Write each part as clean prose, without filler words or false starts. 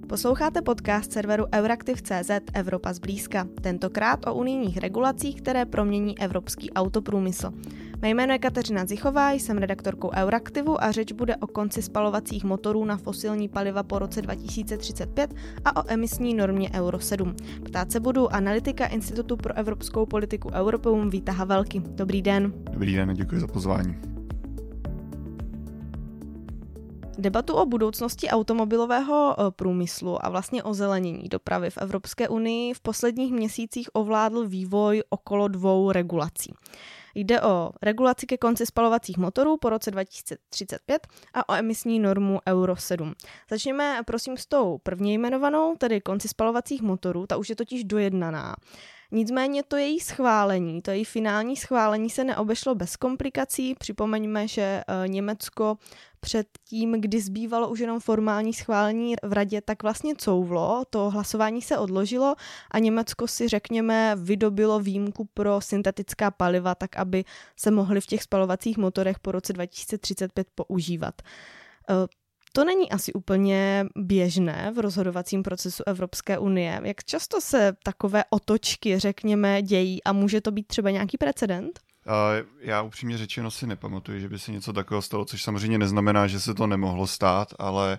Posloucháte podcast serveru Euraktiv.cz Evropa zblízka. Tentokrát o unijních regulacích, které promění evropský autoprůmysl. Mé jméno je Kateřina Zichová, jsem redaktorkou Euraktivu a řeč bude o konci spalovacích motorů na fosilní paliva po roce 2035 a o emisní normě Euro 7. Ptát se budu analytika Institutu pro evropskou politiku Europeum Víta Havelky. Dobrý den. Dobrý den, děkuji za pozvání. Debatu o budoucnosti automobilového průmyslu a vlastně o zelenění dopravy v Evropské unii v posledních měsících ovládl vývoj okolo dvou regulací. Jde o regulaci ke konci spalovacích motorů po roce 2035 a o emisní normu Euro 7. Začněme prosím s tou první jmenovanou, tedy konci spalovacích motorů, ta už je totiž dojednaná. Nicméně to její schválení, to její finální schválení se neobešlo bez komplikací. Připomeňme, že Německo před tím, kdy zbývalo už jenom formální schválení v radě, tak vlastně couvlo, to hlasování se odložilo a Německo si, řekněme, vydobilo výjimku pro syntetická paliva, tak aby se mohly v těch spalovacích motorech po roce 2035 používat. To není asi úplně běžné v rozhodovacím procesu Evropské unie. Jak často se takové otočky, řekněme, dějí a může to být třeba nějaký precedent? Já upřímně řečeno si nepamatuji, že by se něco takového stalo, což samozřejmě neznamená, že se to nemohlo stát, ale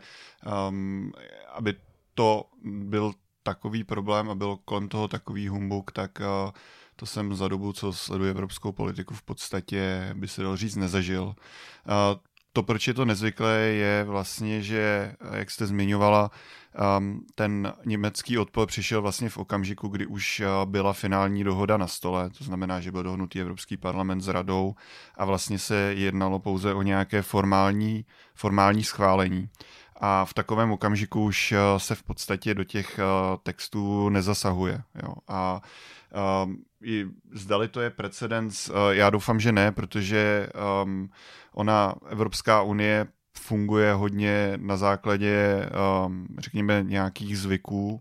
aby to byl takový problém a byl kolem toho takový humbuk, tak to jsem za dobu, co sleduji evropskou politiku, v podstatě, by se dalo říct, nezažil. To, proč je to nezvyklé, je vlastně, že, jak jste zmiňovala, ten německý odpor přišel vlastně v okamžiku, kdy už byla finální dohoda na stole, to znamená, že byl dohodnutý Evropský parlament s radou a vlastně se jednalo pouze o nějaké formální schválení. A v takovém okamžiku už se v podstatě do těch textů nezasahuje. Jo. A zdali to je precedens, já doufám, že ne, protože Evropská unie funguje hodně na základě, řekněme, nějakých zvyků.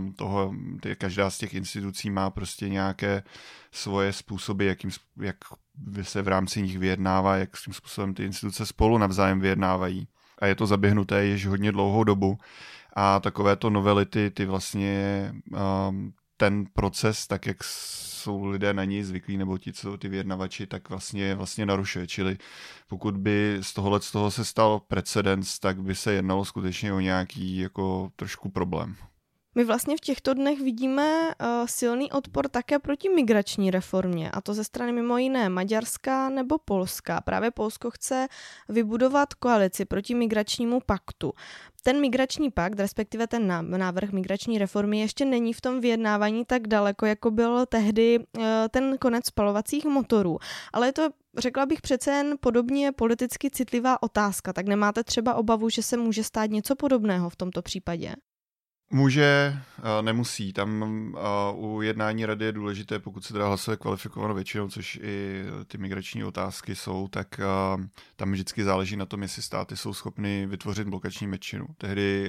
Každá z těch institucí má prostě nějaké svoje způsoby, jak se v rámci nich vyjednává, jakým způsobem ty instituce spolu navzájem vyjednávají. A je to zaběhnuté již hodně dlouhou dobu. A takovéto novelity, ty vlastně ten proces, tak jak jsou lidé na něj zvyklí, nebo ty vyjednavači, tak vlastně narušuje. Čili pokud by z toho se stal precedens, tak by se jednalo skutečně o nějaký jako trošku problém. My vlastně v těchto dnech vidíme silný odpor také proti migrační reformě, a to ze strany mimo jiné Maďarska nebo Polska. Právě Polsko chce vybudovat koalici proti migračnímu paktu. Ten migrační pakt, respektive ten návrh migrační reformy ještě není v tom vyjednávání tak daleko, jako byl tehdy ten konec spalovacích motorů. Ale je to, řekla bych, přece jen podobně politicky citlivá otázka. Tak nemáte třeba obavu, že se může stát něco podobného v tomto případě? Může, nemusí. Tam u jednání rady je důležité, pokud se teda hlasuje kvalifikovanou většinou, což i ty migrační otázky jsou, tak tam vždycky záleží na tom, jestli státy jsou schopny vytvořit blokační menšinu. Tehdy,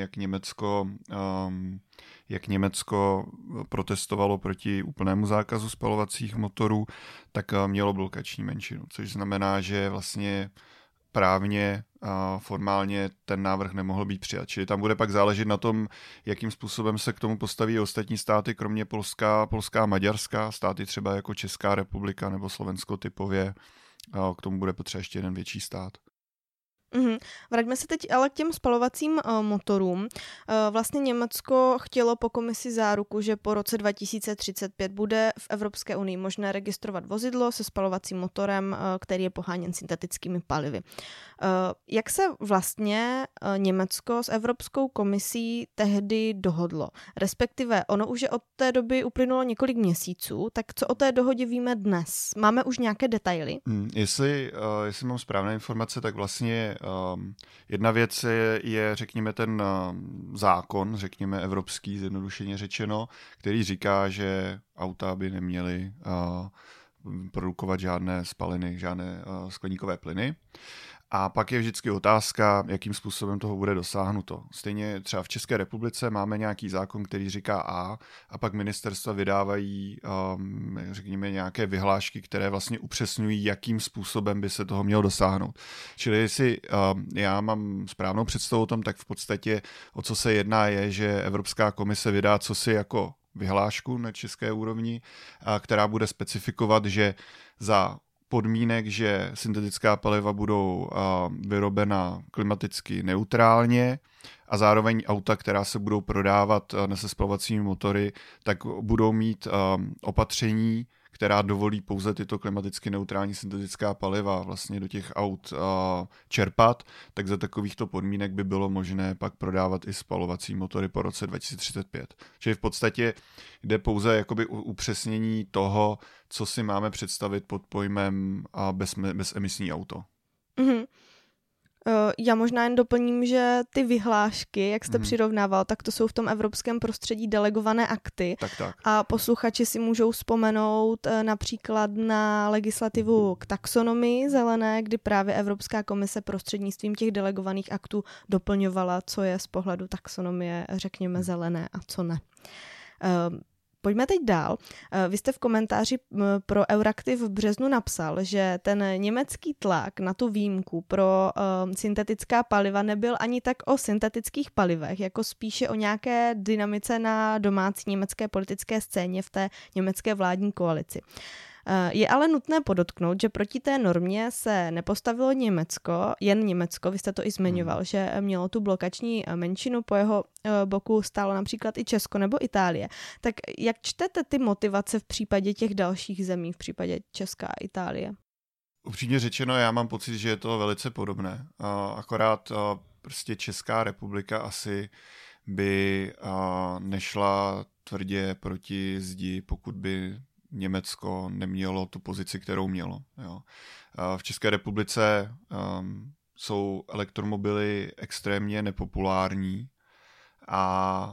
jak Německo protestovalo proti úplnému zákazu spalovacích motorů, tak mělo blokační menšinu, což znamená, že vlastně právně a formálně ten návrh nemohl být přijat. Čili tam bude pak záležet na tom, jakým způsobem se k tomu postaví ostatní státy, kromě Polska a Maďarska, státy třeba jako Česká republika nebo Slovensko typově. K tomu bude potřeba ještě jeden větší stát. Vraťme se teď ale k těm spalovacím motorům. Vlastně Německo chtělo po komisi záruku, že po roce 2035 bude v Evropské unii možné registrovat vozidlo se spalovacím motorem, který je poháněn syntetickými palivy. Jak se vlastně Německo s Evropskou komisí tehdy dohodlo? Respektive ono už od té doby uplynulo několik měsíců, tak co o té dohodě víme dnes? Máme už nějaké detaily? Jestli mám správné informace, tak vlastně jedna věc je řekněme ten zákon, řekněme evropský, zjednodušeně řečeno, který říká, že auta by neměly produkovat žádné spaliny, žádné skleníkové plyny. A pak je vždycky otázka, jakým způsobem toho bude dosáhnuto. Stejně třeba v České republice máme nějaký zákon, který říká a pak ministerstva vydávají, řekněme, nějaké vyhlášky, které vlastně upřesňují, jakým způsobem by se toho mělo dosáhnout. Čili jestli já mám správnou představu o tom, tak v podstatě o co se jedná je, že Evropská komise vydá cosi jako vyhlášku na české úrovni, která bude specifikovat, že za podmínek, že syntetická paliva budou vyrobena klimaticky neutrálně a zároveň auta, která se budou prodávat nesespalovacími motory, tak budou mít opatření, která dovolí pouze tyto klimaticky neutrální syntetická paliva vlastně do těch aut čerpat, tak za takovýchto podmínek by bylo možné pak prodávat i spalovací motory po roce 2035. Čili v podstatě jde pouze jakoby upřesnění toho, co si máme představit pod pojmem bezemisní auto. Mm-hmm. Já možná jen doplním, že ty vyhlášky, jak jste přirovnával, tak to jsou v tom evropském prostředí delegované akty. Tak. A posluchači si můžou vzpomenout například na legislativu k taxonomii zelené, kdy právě Evropská komise prostřednictvím těch delegovaných aktů doplňovala, co je z pohledu taxonomie, řekněme, zelené a co ne. Pojďme teď dál. Vy jste v komentáři pro Euraktiv v březnu napsal, že ten německý tlak na tu výjimku pro syntetická paliva nebyl ani tak o syntetických palivech, jako spíše o nějaké dynamice na domácí německé politické scéně v té německé vládní koalici. Je ale nutné podotknout, že proti té normě se nepostavilo jen Německo, vy jste to i zmiňoval, že mělo tu blokační menšinu, po jeho boku stálo například i Česko nebo Itálie. Tak jak čtete ty motivace v případě těch dalších zemí, v případě Česka a Itálie? Upřímně řečeno, já mám pocit, že je to velice podobné. Akorát prostě Česká republika asi by nešla tvrdě proti zdi, pokud by Německo nemělo tu pozici, kterou mělo. Jo. V České republice jsou elektromobily extrémně nepopulární a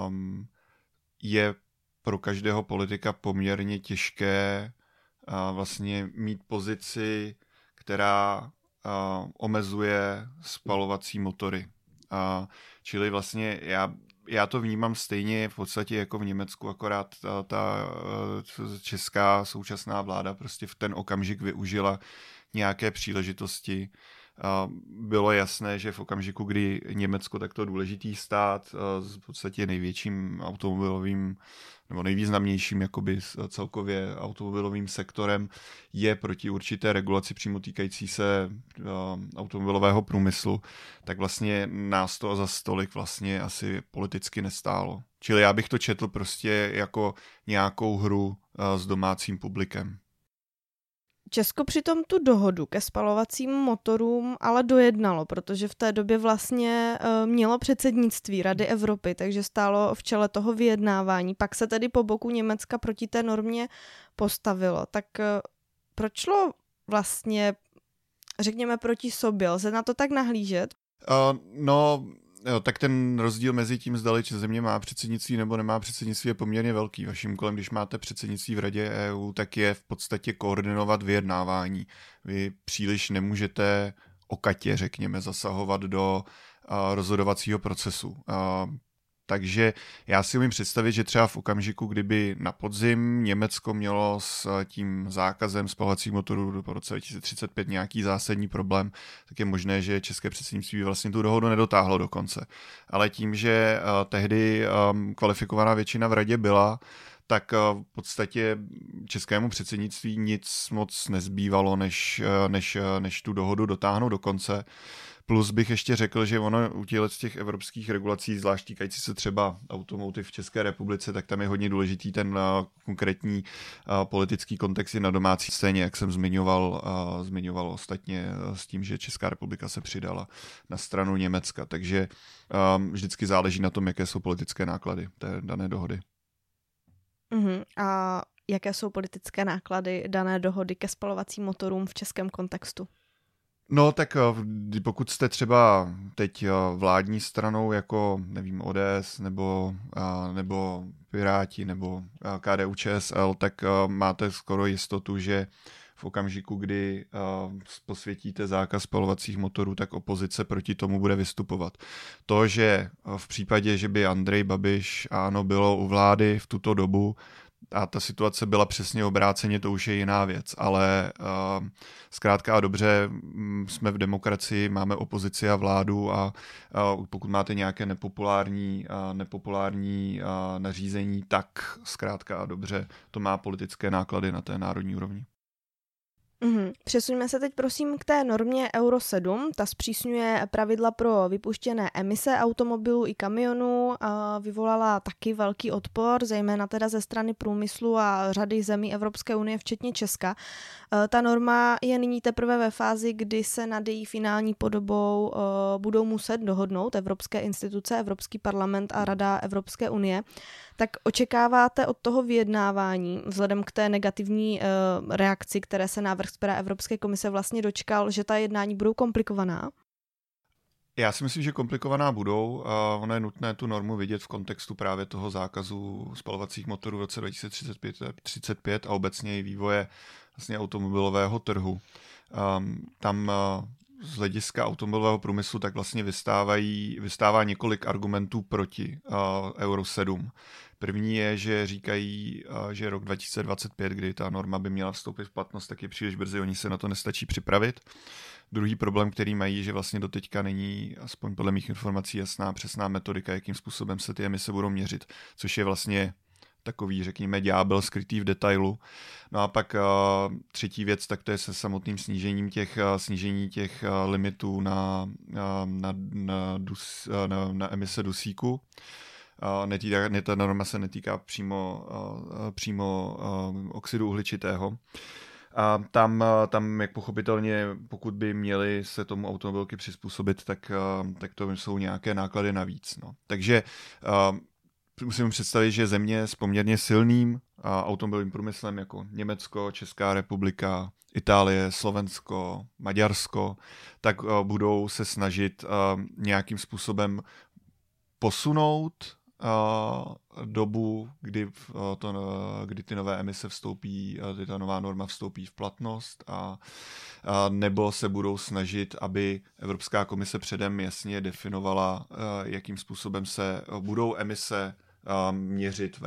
je pro každého politika poměrně těžké vlastně mít pozici, která omezuje spalovací motory. Čili vlastně já to vnímám stejně v podstatě jako v Německu, akorát ta česká současná vláda prostě v ten okamžik využila nějaké příležitosti. Bylo jasné, že v okamžiku, kdy Německo, takto důležitý stát s v podstatě největším automobilovým nebo nejvýznamnějším jakoby celkově automobilovým sektorem je proti určité regulaci přímo týkající se automobilového průmyslu, tak vlastně nás to za stolik vlastně asi politicky nestálo. Čili já bych to četl prostě jako nějakou hru s domácím publikem. Česko přitom tu dohodu ke spalovacím motorům ale dojednalo, protože v té době vlastně mělo předsednictví Rady Evropy, takže stálo v čele toho vyjednávání. Pak se tedy po boku Německa proti té normě postavilo. Tak proč šlo vlastně, řekněme, proti sobě? Lze na to tak nahlížet? Tak ten rozdíl mezi tím, zdali země má předsednictví nebo nemá předsednictví, je poměrně velký. Vaším úkolem, když máte předsednictví v Radě EU, tak je v podstatě koordinovat vyjednávání. Vy příliš nemůžete okatě, řekněme, zasahovat do rozhodovacího procesu. Takže já si umím představit, že třeba v okamžiku, kdyby na podzim Německo mělo s tím zákazem spalovacích motorů do roce 2035 nějaký zásadní problém, tak je možné, že české předsednictví vlastně tu dohodu nedotáhlo do konce. Ale tím, že tehdy kvalifikovaná většina v radě byla, tak v podstatě českému předsednictví nic moc nezbývalo, než tu dohodu dotáhnout do konce. Plus bych ještě řekl, že ono u těch evropských regulací, zvlášť týkající se třeba automotiv v České republice, tak tam je hodně důležitý ten konkrétní politický kontext i na domácí scéně, jak jsem zmiňoval ostatně s tím, že Česká republika se přidala na stranu Německa. Takže vždycky záleží na tom, jaké jsou politické náklady té dané dohody. A jaké jsou politické náklady dané dohody ke spalovacím motorům v českém kontextu? No tak pokud jste třeba teď vládní stranou jako, nevím, ODS nebo Piráti nebo KDU ČSL, tak máte skoro jistotu, že v okamžiku, kdy posvětíte zákaz spalovacích motorů, tak opozice proti tomu bude vystupovat. To, že v případě, že by Andrej Babiš a ANO bylo u vlády v tuto dobu, a ta situace byla přesně obráceně, to už je jiná věc, ale zkrátka a dobře, jsme v demokracii, máme opozici a vládu a pokud máte nějaké nepopulární nařízení, tak zkrátka a dobře to má politické náklady na té národní úrovni. Přesuňme se teď prosím k té normě Euro 7. Ta zpřísňuje pravidla pro vypuštěné emise automobilů i kamionů. Vyvolala taky velký odpor, zejména teda ze strany průmyslu a řady zemí Evropské unie, včetně Česka. Ta norma je nyní teprve ve fázi, kdy se nad její finální podobou budou muset dohodnout evropské instituce, Evropský parlament a Rada Evropské unie. Tak očekáváte od toho vyjednávání, vzhledem k té negativní reakci, které se návrh z pera Evropské komise vlastně dočkal, že ta jednání budou komplikovaná? Já si myslím, že komplikovaná budou. Ono je nutné tu normu vidět v kontextu právě toho zákazu spalovacích motorů v roce 2035 a obecně i vývoje vlastně automobilového trhu. Tam z hlediska automobilového průmyslu tak vlastně vystává několik argumentů proti Euro 7. První je, že říkají, že rok 2025, kdy ta norma by měla vstoupit v platnost, tak je příliš brzy, oni se na to nestačí připravit. Druhý problém, který mají, že vlastně doteďka není, aspoň podle mých informací, jasná, přesná metodika, jakým způsobem se ty emise budou měřit, což je vlastně takový, řekněme, ďábel skrytý v detailu. No a pak třetí věc, tak to je se samotným snížení těch limitů na emise dusíku. Ta norma se netýká přímo oxidu uhličitého. A tam, jak pochopitelně, pokud by měli se tomu automobilky přizpůsobit, tak to jsou nějaké náklady navíc. No. Takže musím představit, že země s poměrně silným automobilovým průmyslem jako Německo, Česká republika, Itálie, Slovensko, Maďarsko, tak budou se snažit nějakým způsobem posunout dobu, kdy ty nové emise vstoupí, ta nová norma vstoupí v platnost a nebo se budou snažit, aby Evropská komise předem jasně definovala, jakým způsobem se budou emise měřit v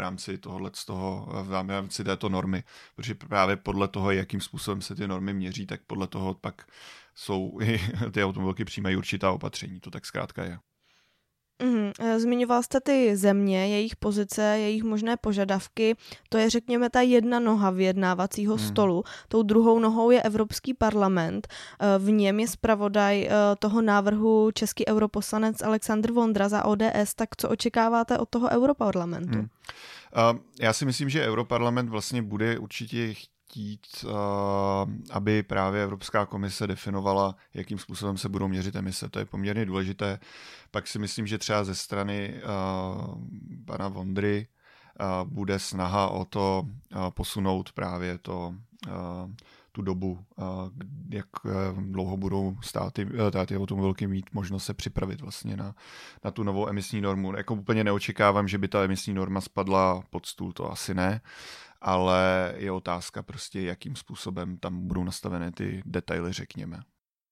rámci této normy, protože právě podle toho, jakým způsobem se ty normy měří, tak podle toho pak jsou i ty automobilky přijímají určitá opatření, to tak zkrátka je. Zmiňoval jste ty země, jejich pozice, jejich možné požadavky. To je, řekněme, ta jedna noha vyjednávacího stolu. Tou druhou nohou je Evropský parlament. V něm je zpravodaj toho návrhu český europoslanec Alexandr Vondra za ODS. Tak co očekáváte od toho europarlamentu? Já si myslím, že europarlament vlastně bude určitě chtít, aby právě Evropská komise definovala, jakým způsobem se budou měřit emise. To je poměrně důležité. Pak si myslím, že třeba ze strany pana Vondry bude snaha o to posunout právě tu dobu, jak dlouho budou ty automobilky mít možnost se připravit vlastně na tu novou emisní normu. Jako úplně neočekávám, že by ta emisní norma spadla pod stůl, to asi ne, ale je otázka prostě, jakým způsobem tam budou nastavené ty detaily, řekněme.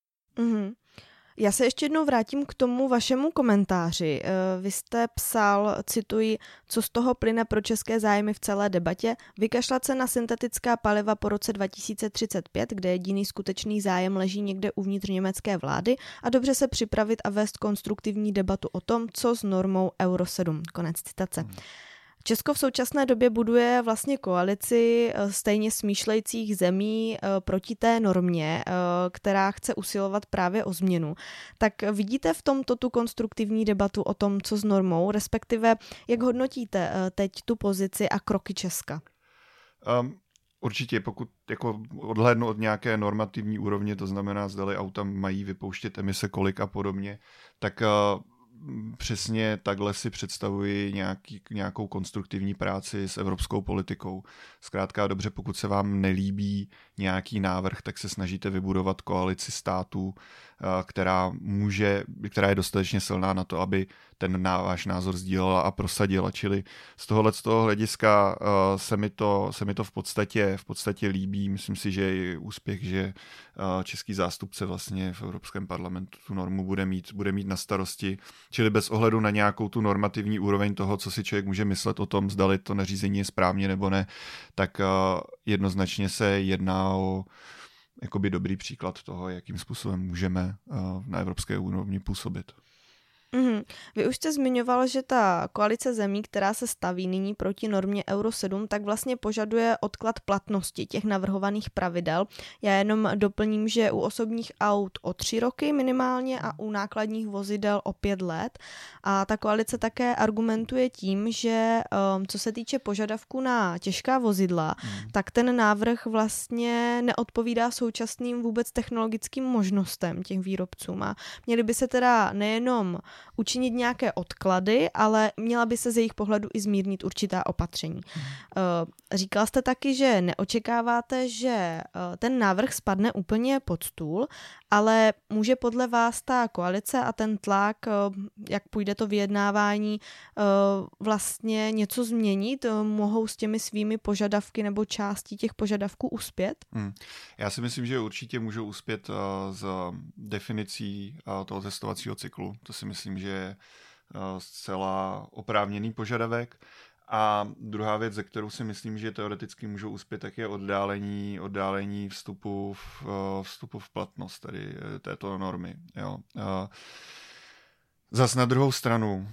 Já se ještě jednou vrátím k tomu vašemu komentáři. Vy jste psal, cituji, co z toho plyne pro české zájmy v celé debatě, vykašlat se na syntetická paliva po roce 2035, kde jediný skutečný zájem leží někde uvnitř německé vlády a dobře se připravit a vést konstruktivní debatu o tom, co s normou Euro 7. Konec citace. Česko v současné době buduje vlastně koalici stejně smýšlejících zemí proti té normě, která chce usilovat právě o změnu. Tak vidíte v tomto tu konstruktivní debatu o tom, co s normou, respektive jak hodnotíte teď tu pozici a kroky Česka? Určitě, pokud jako odhlédnu od nějaké normativní úrovně, to znamená, zdali auta mají vypouštět emise kolik a podobně, tak přesně takhle si představuji nějakou konstruktivní práci s evropskou politikou. Zkrátka dobře, pokud se vám nelíbí nějaký návrh, tak se snažíte vybudovat koalici států, která je dostatečně silná na to, aby ten váš názor sdílela a prosadila. Čili z toho hlediska se mi to v podstatě líbí. Myslím si, že je úspěch, že český zástupce vlastně v Evropském parlamentu tu normu bude mít na starosti. Čili bez ohledu na nějakou tu normativní úroveň toho, co si člověk může myslet o tom, zdali to nařízení je správně nebo ne, tak jednoznačně se jedná o jakoby dobrý příklad toho, jakým způsobem můžeme na evropské úrovni působit. Mm-hmm. Vy už jste zmiňoval, že ta koalice zemí, která se staví nyní proti normě Euro 7, tak vlastně požaduje odklad platnosti těch navrhovaných pravidel. Já jenom doplním, že u osobních aut o 3 roky minimálně a u nákladních vozidel o 5 let. A ta koalice také argumentuje tím, že co se týče požadavku na těžká vozidla, tak ten návrh vlastně neodpovídá současným vůbec technologickým možnostem těch výrobců. A měly by se teda nejenom učinit nějaké odklady, ale měla by se z jejich pohledu i zmírnit určitá opatření. Říkal jste taky, že neočekáváte, že ten návrh spadne úplně pod stůl, ale může podle vás ta koalice a ten tlak, jak půjde to vyjednávání, vlastně něco změnit? Mohou s těmi svými požadavky nebo částí těch požadavků uspět? Já si myslím, že určitě můžou uspět z definicí toho testovacího cyklu. To si myslím, že je zcela oprávněný požadavek. A druhá věc, ze kterou si myslím, že teoreticky můžou uspět, tak je oddálení vstupu v platnost tedy této normy. Jo. Zas na druhou stranu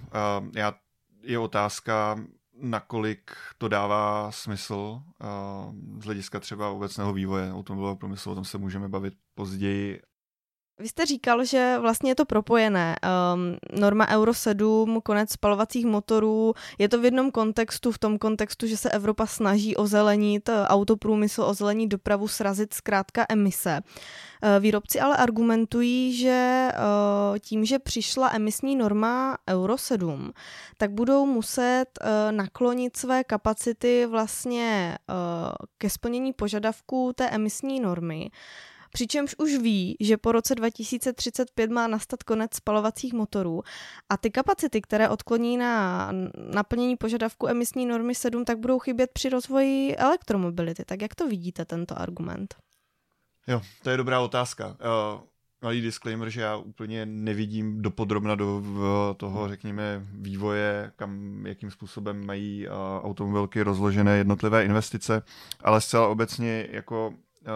je otázka, nakolik to dává smysl z hlediska třeba obecného vývoje automobilového průmyslu, o tom se můžeme bavit později. Vy jste říkal, že vlastně je to propojené. Norma Euro 7, konec spalovacích motorů, je to v jednom kontextu, v tom kontextu, že se Evropa snaží ozelenit autoprůmysl, ozelenit dopravu, srazit zkrátka emise. Výrobci ale argumentují, že tím, že přišla emisní norma Euro 7, tak budou muset naklonit své kapacity vlastně ke splnění požadavků té emisní normy. Přičemž už ví, že po roce 2035 má nastat konec spalovacích motorů a ty kapacity, které odkloní na naplnění požadavku emisní normy 7, tak budou chybět při rozvoji elektromobility. Tak jak to vidíte, tento argument? Jo, to je dobrá otázka. Malý disclaimer, že já úplně nevidím dopodrobna do toho, řekněme, vývoje, jakým způsobem mají automobilky rozložené jednotlivé investice, ale zcela obecně jako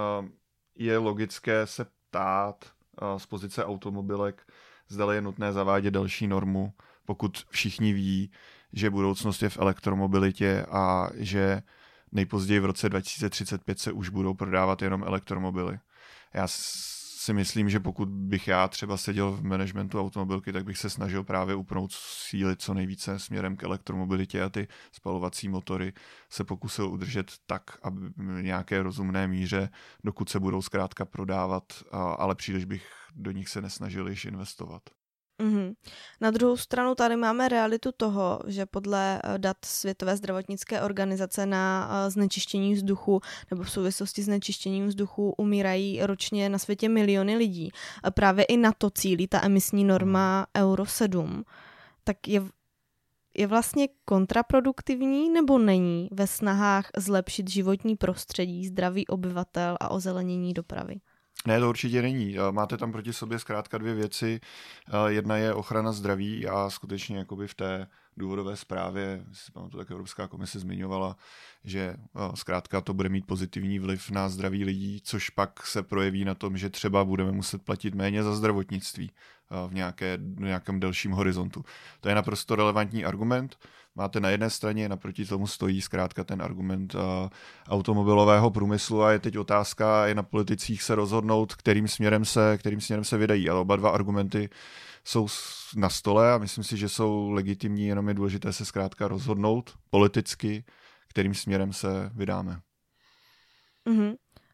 je logické se ptát z pozice automobilek, zda je nutné zavádět další normu, pokud všichni ví, že budoucnost je v elektromobilitě a že nejpozději v roce 2035 se už budou prodávat jenom elektromobily. Já si myslím, že pokud bych já třeba seděl v managementu automobilky, tak bych se snažil právě upnout síly co nejvíce směrem k elektromobilitě a ty spalovací motory se pokusil udržet tak, aby v nějaké rozumné míře, dokud se budou zkrátka prodávat, ale příliš bych do nich se nesnažil již investovat. Mm-hmm. Na druhou stranu tady máme realitu toho, že podle dat Světové zdravotnické organizace na znečištění vzduchu nebo v souvislosti s znečištěním vzduchu umírají ročně na světě miliony lidí. A právě i na to cílí ta emisní norma Euro 7. Tak je vlastně kontraproduktivní nebo není ve snahách zlepšit životní prostředí, zdraví obyvatel a ozelenění dopravy? Ne, to určitě není. Máte tam proti sobě zkrátka dvě věci. Jedna je ochrana zdraví a skutečně jakoby v té důvodové zprávě, si pamatuju, tak Evropská komise zmiňovala, že zkrátka to bude mít pozitivní vliv na zdraví lidí, což pak se projeví na tom, že třeba budeme muset platit méně za zdravotnictví v nějakém delším horizontu. To je naprosto relevantní argument. Máte na jedné straně, naproti tomu stojí zkrátka ten argument automobilového průmyslu a je teď otázka, je na politicích se rozhodnout, kterým směrem se vydají. Ale oba dva argumenty jsou na stole a myslím si, že jsou legitimní, jenom je důležité se zkrátka rozhodnout politicky, kterým směrem se vydáme. Mm-hmm.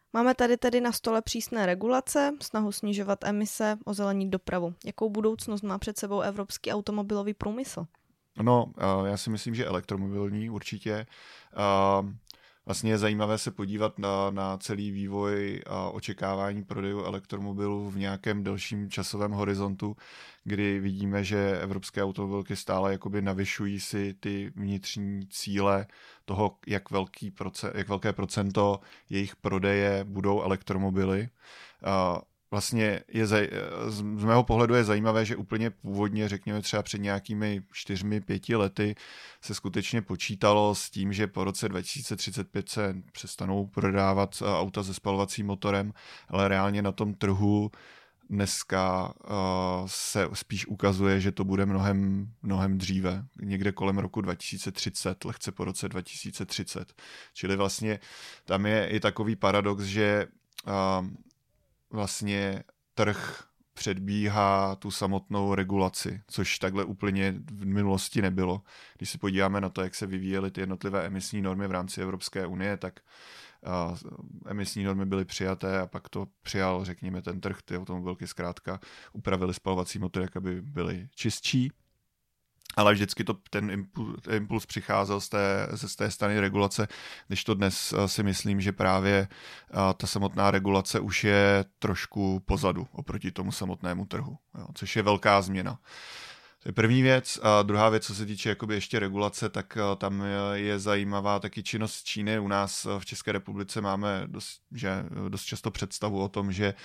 Máme tady tedy na stole přísné regulace, snahu snižovat emise, ozelenit dopravu. Jakou budoucnost má před sebou evropský automobilový průmysl? No, já si myslím, že elektromobilní určitě. Vlastně je zajímavé se podívat na celý vývoj a očekávání prodejů elektromobilů v nějakém delším časovém horizontu, kdy vidíme, že evropské automobilky stále jakoby navyšují si ty vnitřní cíle toho, jak velké procento jejich prodeje budou elektromobily. Vlastně z mého pohledu je zajímavé, že úplně původně, řekněme třeba před nějakými 4-5 lety, se skutečně počítalo s tím, že po roce 2035 se přestanou prodávat auta se spalovacím motorem, ale reálně na tom trhu dneska se spíš ukazuje, že to bude mnohem dříve, někde kolem roku 2030, lehce po roce 2030. Čili vlastně tam je i takový paradox, že vlastně trh předbíhá tu samotnou regulaci, což takhle úplně v minulosti nebylo. Když se podíváme na to, jak se vyvíjely ty jednotlivé emisní normy v rámci Evropské unie, tak emisní normy byly přijaté a pak to přijal, řekněme, ten trh, ty automobilky zkrátka upravili spalovací motory, jak aby byly čistší. Ale vždycky ten impuls přicházel z té strany regulace, když to dnes si myslím, že právě ta samotná regulace už je trošku pozadu oproti tomu samotnému trhu, jo, což je velká změna. To je první věc. A druhá věc, co se týče jakoby ještě regulace, tak tam je zajímavá taky činnost Číny. U nás v České republice máme dost často představu o tom, že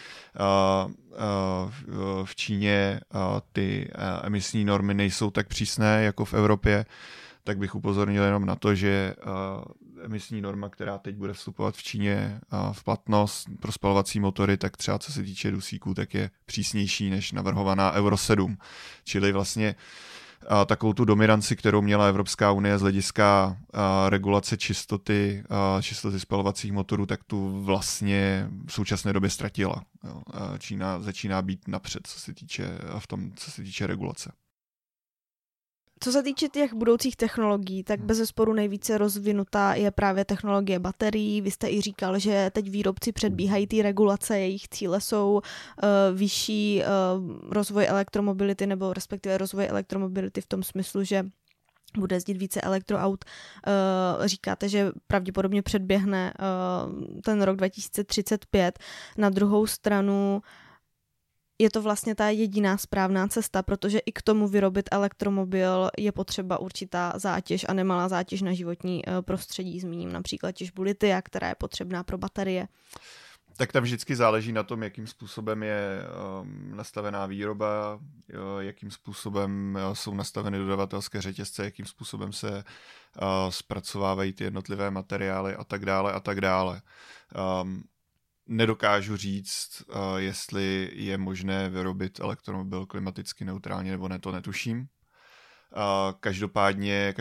v Číně ty emisní normy nejsou tak přísné jako v Evropě. Tak bych upozornil jenom na to, že emisní norma, která teď bude vstupovat v Číně v platnost pro spalovací motory, tak třeba co se týče dusíků, tak je přísnější než navrhovaná Euro 7. Čili vlastně takovou tu dominanci, kterou měla Evropská unie z hlediska regulace čistoty spalovacích motorů, tak tu vlastně v současné době ztratila. Čína začíná být napřed, co se týče regulace. Co se týče těch budoucích technologií, tak bezesporu nejvíce rozvinutá je právě technologie baterií. Vy jste i říkal, že teď výrobci předbíhají ty regulace, jejich cíle jsou vyšší rozvoj elektromobility, nebo respektive rozvoj elektromobility v tom smyslu, že bude jezdit více elektroaut. Říkáte, že pravděpodobně předběhne ten rok 2035. Na druhou stranu je to vlastně ta jediná správná cesta, protože i k tomu vyrobit elektromobil je potřeba určitá zátěž a nemalá zátěž na životní prostředí. Zmíním například těžbu litia, která je potřebná pro baterie. Tak tam vždycky záleží na tom, jakým způsobem je nastavená výroba, jakým způsobem jsou nastaveny dodavatelské řetězce, jakým způsobem se zpracovávají ty jednotlivé materiály a tak dále a tak dále. Nedokážu říct, jestli je možné vyrobit elektromobil klimaticky neutrálně nebo ne, to netuším. Každopádně,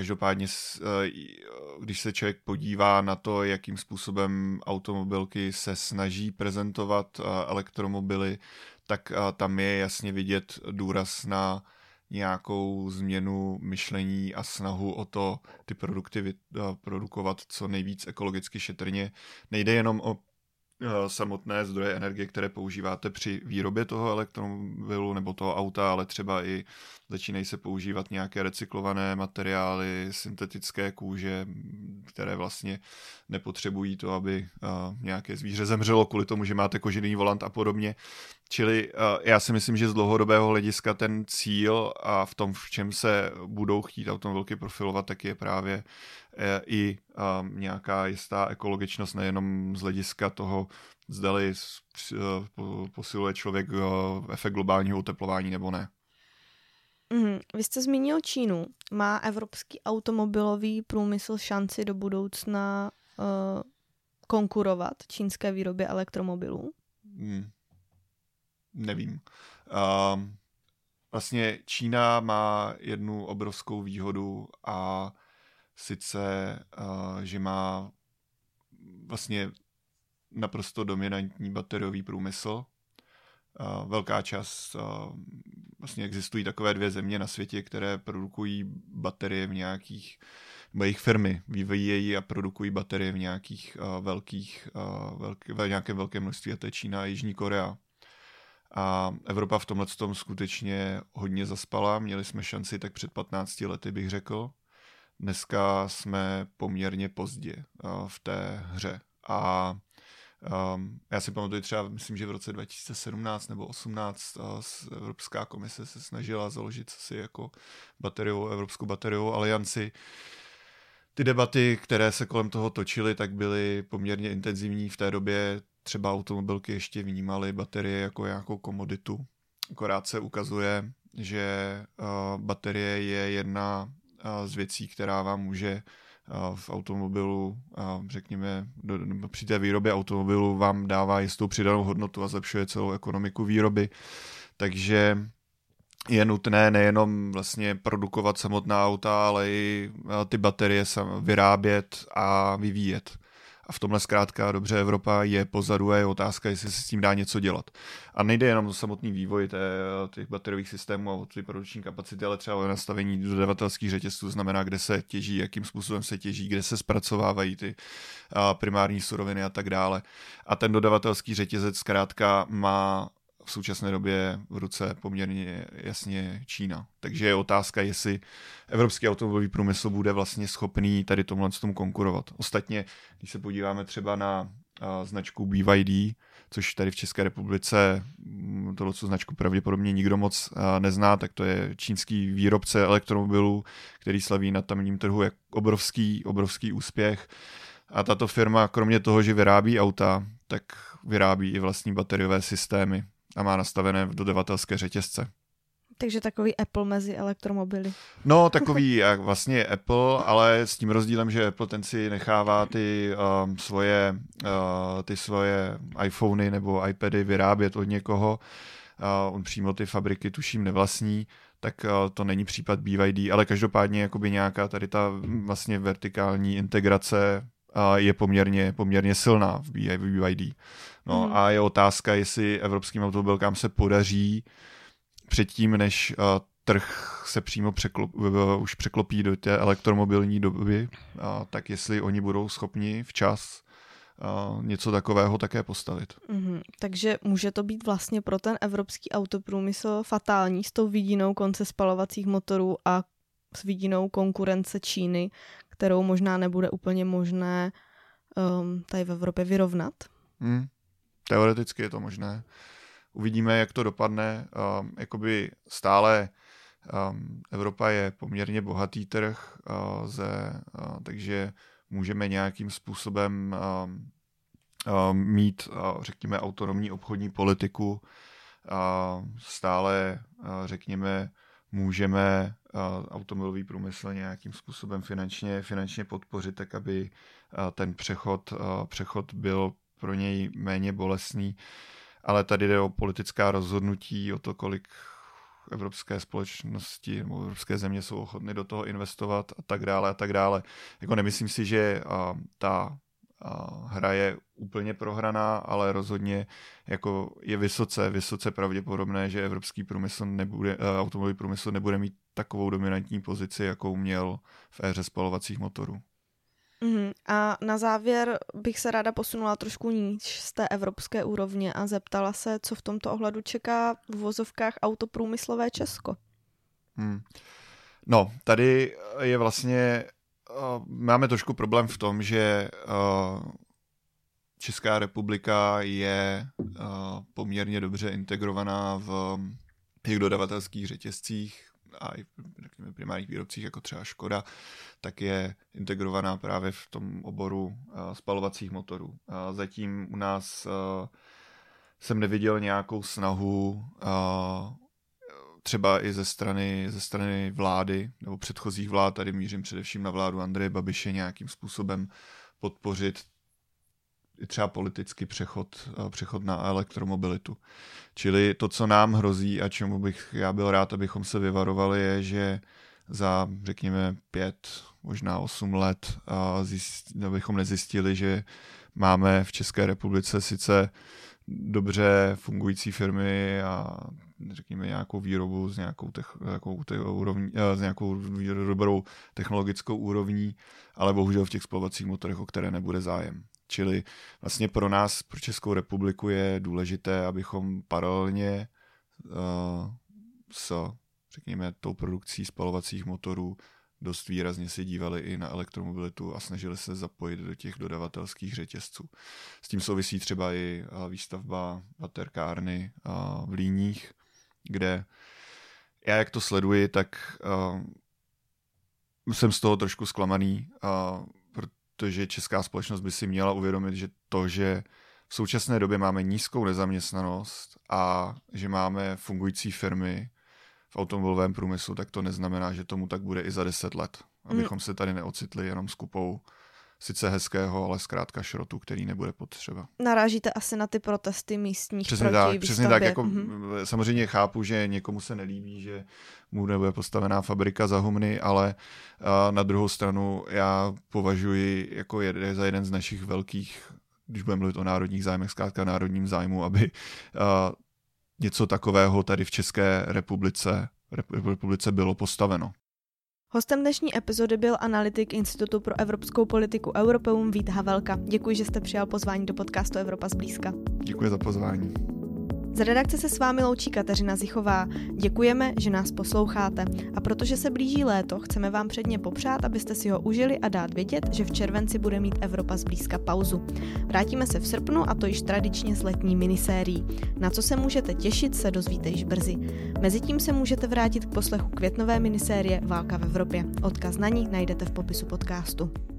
když se člověk podívá na to, jakým způsobem automobilky se snaží prezentovat elektromobily, tak tam je jasně vidět důraz na nějakou změnu myšlení a snahu o to ty produkty produkovat co nejvíc ekologicky šetrně. Nejde jenom o samotné zdroje energie, které používáte při výrobě toho elektromobilu nebo toho auta, ale třeba i začínají se používat nějaké recyklované materiály, syntetické kůže, které vlastně nepotřebují to, aby nějaké zvíře zemřelo kvůli tomu, že máte kožený volant a podobně. Čili já si myslím, že z dlouhodobého hlediska ten cíl a v tom, v čem se budou chtít automobilky profilovat, tak je právě i nějaká jistá ekologičnost, nejenom z hlediska toho, zdali posiluje člověk efekt globálního oteplování nebo ne. Vy jste zmínil Čínu. Má evropský automobilový průmysl šanci do budoucna konkurovat čínské výrobě elektromobilů? Nevím. Vlastně Čína má jednu obrovskou výhodu a sice, že má vlastně naprosto dominantní bateriový průmysl. Velká část, vlastně existují takové 2 země na světě, které produkují baterie v nějakých jejich firmy vyvíjejí a produkují baterie v nějakých nějaké velké množství, a to je Čína a Jižní Korea. A Evropa v tomhle tom skutečně hodně zaspala. Měli jsme šanci tak před 15 lety, bych řekl. Dneska jsme poměrně pozdě v té hře. A já si pamatuju třeba, myslím, že v roce 2017 nebo 2018 Evropská komise se snažila založit si jako Evropskou bateriovou alianci. Ty debaty, které se kolem toho točily, tak byly poměrně intenzivní v té době. Třeba automobilky ještě vnímaly baterie jako nějakou komoditu. Akorát se ukazuje, že baterie je jedna z věcí, která vám může v automobilu, řekněme, při té výrobě automobilu vám dává jistou přidanou hodnotu a zlepšuje celou ekonomiku výroby. Takže je nutné nejenom vlastně produkovat samotná auta, ale i ty baterie vyrábět a vyvíjet. A v tomhle zkrátka dobře Evropa je pozadu a je otázka, jestli se s tím dá něco dělat. A nejde jenom o samotný vývoj těch bateriových systémů a o ty produkční kapacity, ale třeba o nastavení dodavatelských řetězců, znamená, kde se těží, jakým způsobem se těží, kde se zpracovávají ty primární suroviny a tak dále. A ten dodavatelský řetězec zkrátka má v současné době v ruce poměrně jasně Čína. Takže je otázka, jestli evropský automobilový průmysl bude vlastně schopný tady tomu konkurovat. Ostatně, když se podíváme třeba na značku BYD, což tady v České republice tohle značku pravděpodobně nikdo moc nezná, tak to je čínský výrobce elektromobilů, který slaví na tamním trhu jak obrovský úspěch. A tato firma, kromě toho, že vyrábí auta, tak vyrábí i vlastní bateriové systémy a má nastavené v dodavatelské řetězce. Takže takový Apple mezi elektromobily. No, takový jak vlastně Apple, ale s tím rozdílem, že Apple ten si nechává ty svoje iPhony nebo iPady vyrábět od někoho. On přímo ty fabriky tuším nevlastní, tak to není případ BYD, ale každopádně jakoby nějaká tady ta vlastně vertikální integrace je poměrně silná v BYD. No a je otázka, jestli evropským automobilkám se podaří předtím, než trh se přímo už překlopí do té elektromobilní doby, tak jestli oni budou schopni včas něco takového také postavit. Takže může to být vlastně pro ten evropský autoprůmysl fatální s tou vidinou konce spalovacích motorů a s vidinou konkurence Číny, kterou možná nebude úplně možné tady v Evropě vyrovnat? Teoreticky je to možné. Uvidíme, jak to dopadne. Jakoby stále Evropa je poměrně bohatý trh, takže můžeme nějakým způsobem mít, řekněme, autonomní obchodní politiku. Stále, řekněme, můžeme automobilový průmysl nějakým způsobem finančně podpořit, tak aby ten přechod byl pro něj méně bolestný. Ale tady jde o politická rozhodnutí, o to, kolik evropské společnosti nebo evropské země jsou ochotny do toho investovat a tak dále a tak dále. Jako nemyslím si, že ta hra je úplně prohraná, ale rozhodně jako je vysoce pravděpodobné, že evropský automobilový průmysl nebude mít takovou dominantní pozici, jakou měl v éře spalovacích motorů. A na závěr bych se ráda posunula trošku níž z té evropské úrovně a zeptala se, co v tomto ohledu čeká v uvozovkách autoprůmyslové Česko. No, tady je vlastně máme trošku problém v tom, že Česká republika je poměrně dobře integrovaná v těch dodavatelských řetězcích a i v primárních výrobcích, jako třeba Škoda, tak je integrovaná právě v tom oboru spalovacích motorů. Zatím u nás jsem neviděl nějakou snahu třeba i ze strany vlády nebo předchozích vlád, tady mířím především na vládu Andreje Babiše, nějakým způsobem podpořit i třeba politický přechod na elektromobilitu. Čili to, co nám hrozí a čemu bych já byl rád, abychom se vyvarovali, je, že za, řekněme, 5, možná 8 let abychom nezjistili, že máme v České republice sice dobře fungující firmy a řekněme nějakou výrobu s nějakou dobrou technologickou úrovní, ale bohužel v těch spalovacích motorech, o které nebude zájem. Čili vlastně pro nás, pro Českou republiku je důležité, abychom paralelně s, řekněme, tou produkcí spalovacích motorů dost výrazně se dívali i na elektromobilitu a snažili se zapojit do těch dodavatelských řetězců. S tím souvisí třeba i výstavba baterkárny v Líních, kde já jak to sleduji, tak jsem z toho trošku zklamaný, protože česká společnost by si měla uvědomit, že to, že v současné době máme nízkou nezaměstnanost a že máme fungující firmy v automobilovém průmyslu, tak to neznamená, že tomu tak bude i za 10 let. Abychom se tady neocitli jenom s kupou sice hezkého, ale zkrátka šrotu, který nebude potřeba. Narážíte asi na ty protesty místních přesně proti tak, výstavbě. Přesně tak, jako samozřejmě chápu, že někomu se nelíbí, že mu nebude postavená fabrika za humny, ale na druhou stranu já považuji jako za jeden z našich velkých, když budeme mluvit o národních zájmech, zkrátka národním zájmu, aby něco takového tady v České republice bylo postaveno. Hostem dnešní epizody byl analytik Institutu pro evropskou politiku Europeum Vít Havelka. Děkuji, že jste přijal pozvání do podcastu Evropa zblízka. Děkuji za pozvání. Z redakce se s vámi loučí Kateřina Zichová. Děkujeme, že nás posloucháte. A protože se blíží léto, chceme vám předně popřát, abyste si ho užili a dát vědět, že v červenci bude mít Evropa zblízka pauzu. Vrátíme se v srpnu a to již tradičně s letní minisérií. Na co se můžete těšit, se dozvíte již brzy. Mezitím se můžete vrátit k poslechu květnové minisérie Válka v Evropě. Odkaz na ní najdete v popisu podcastu.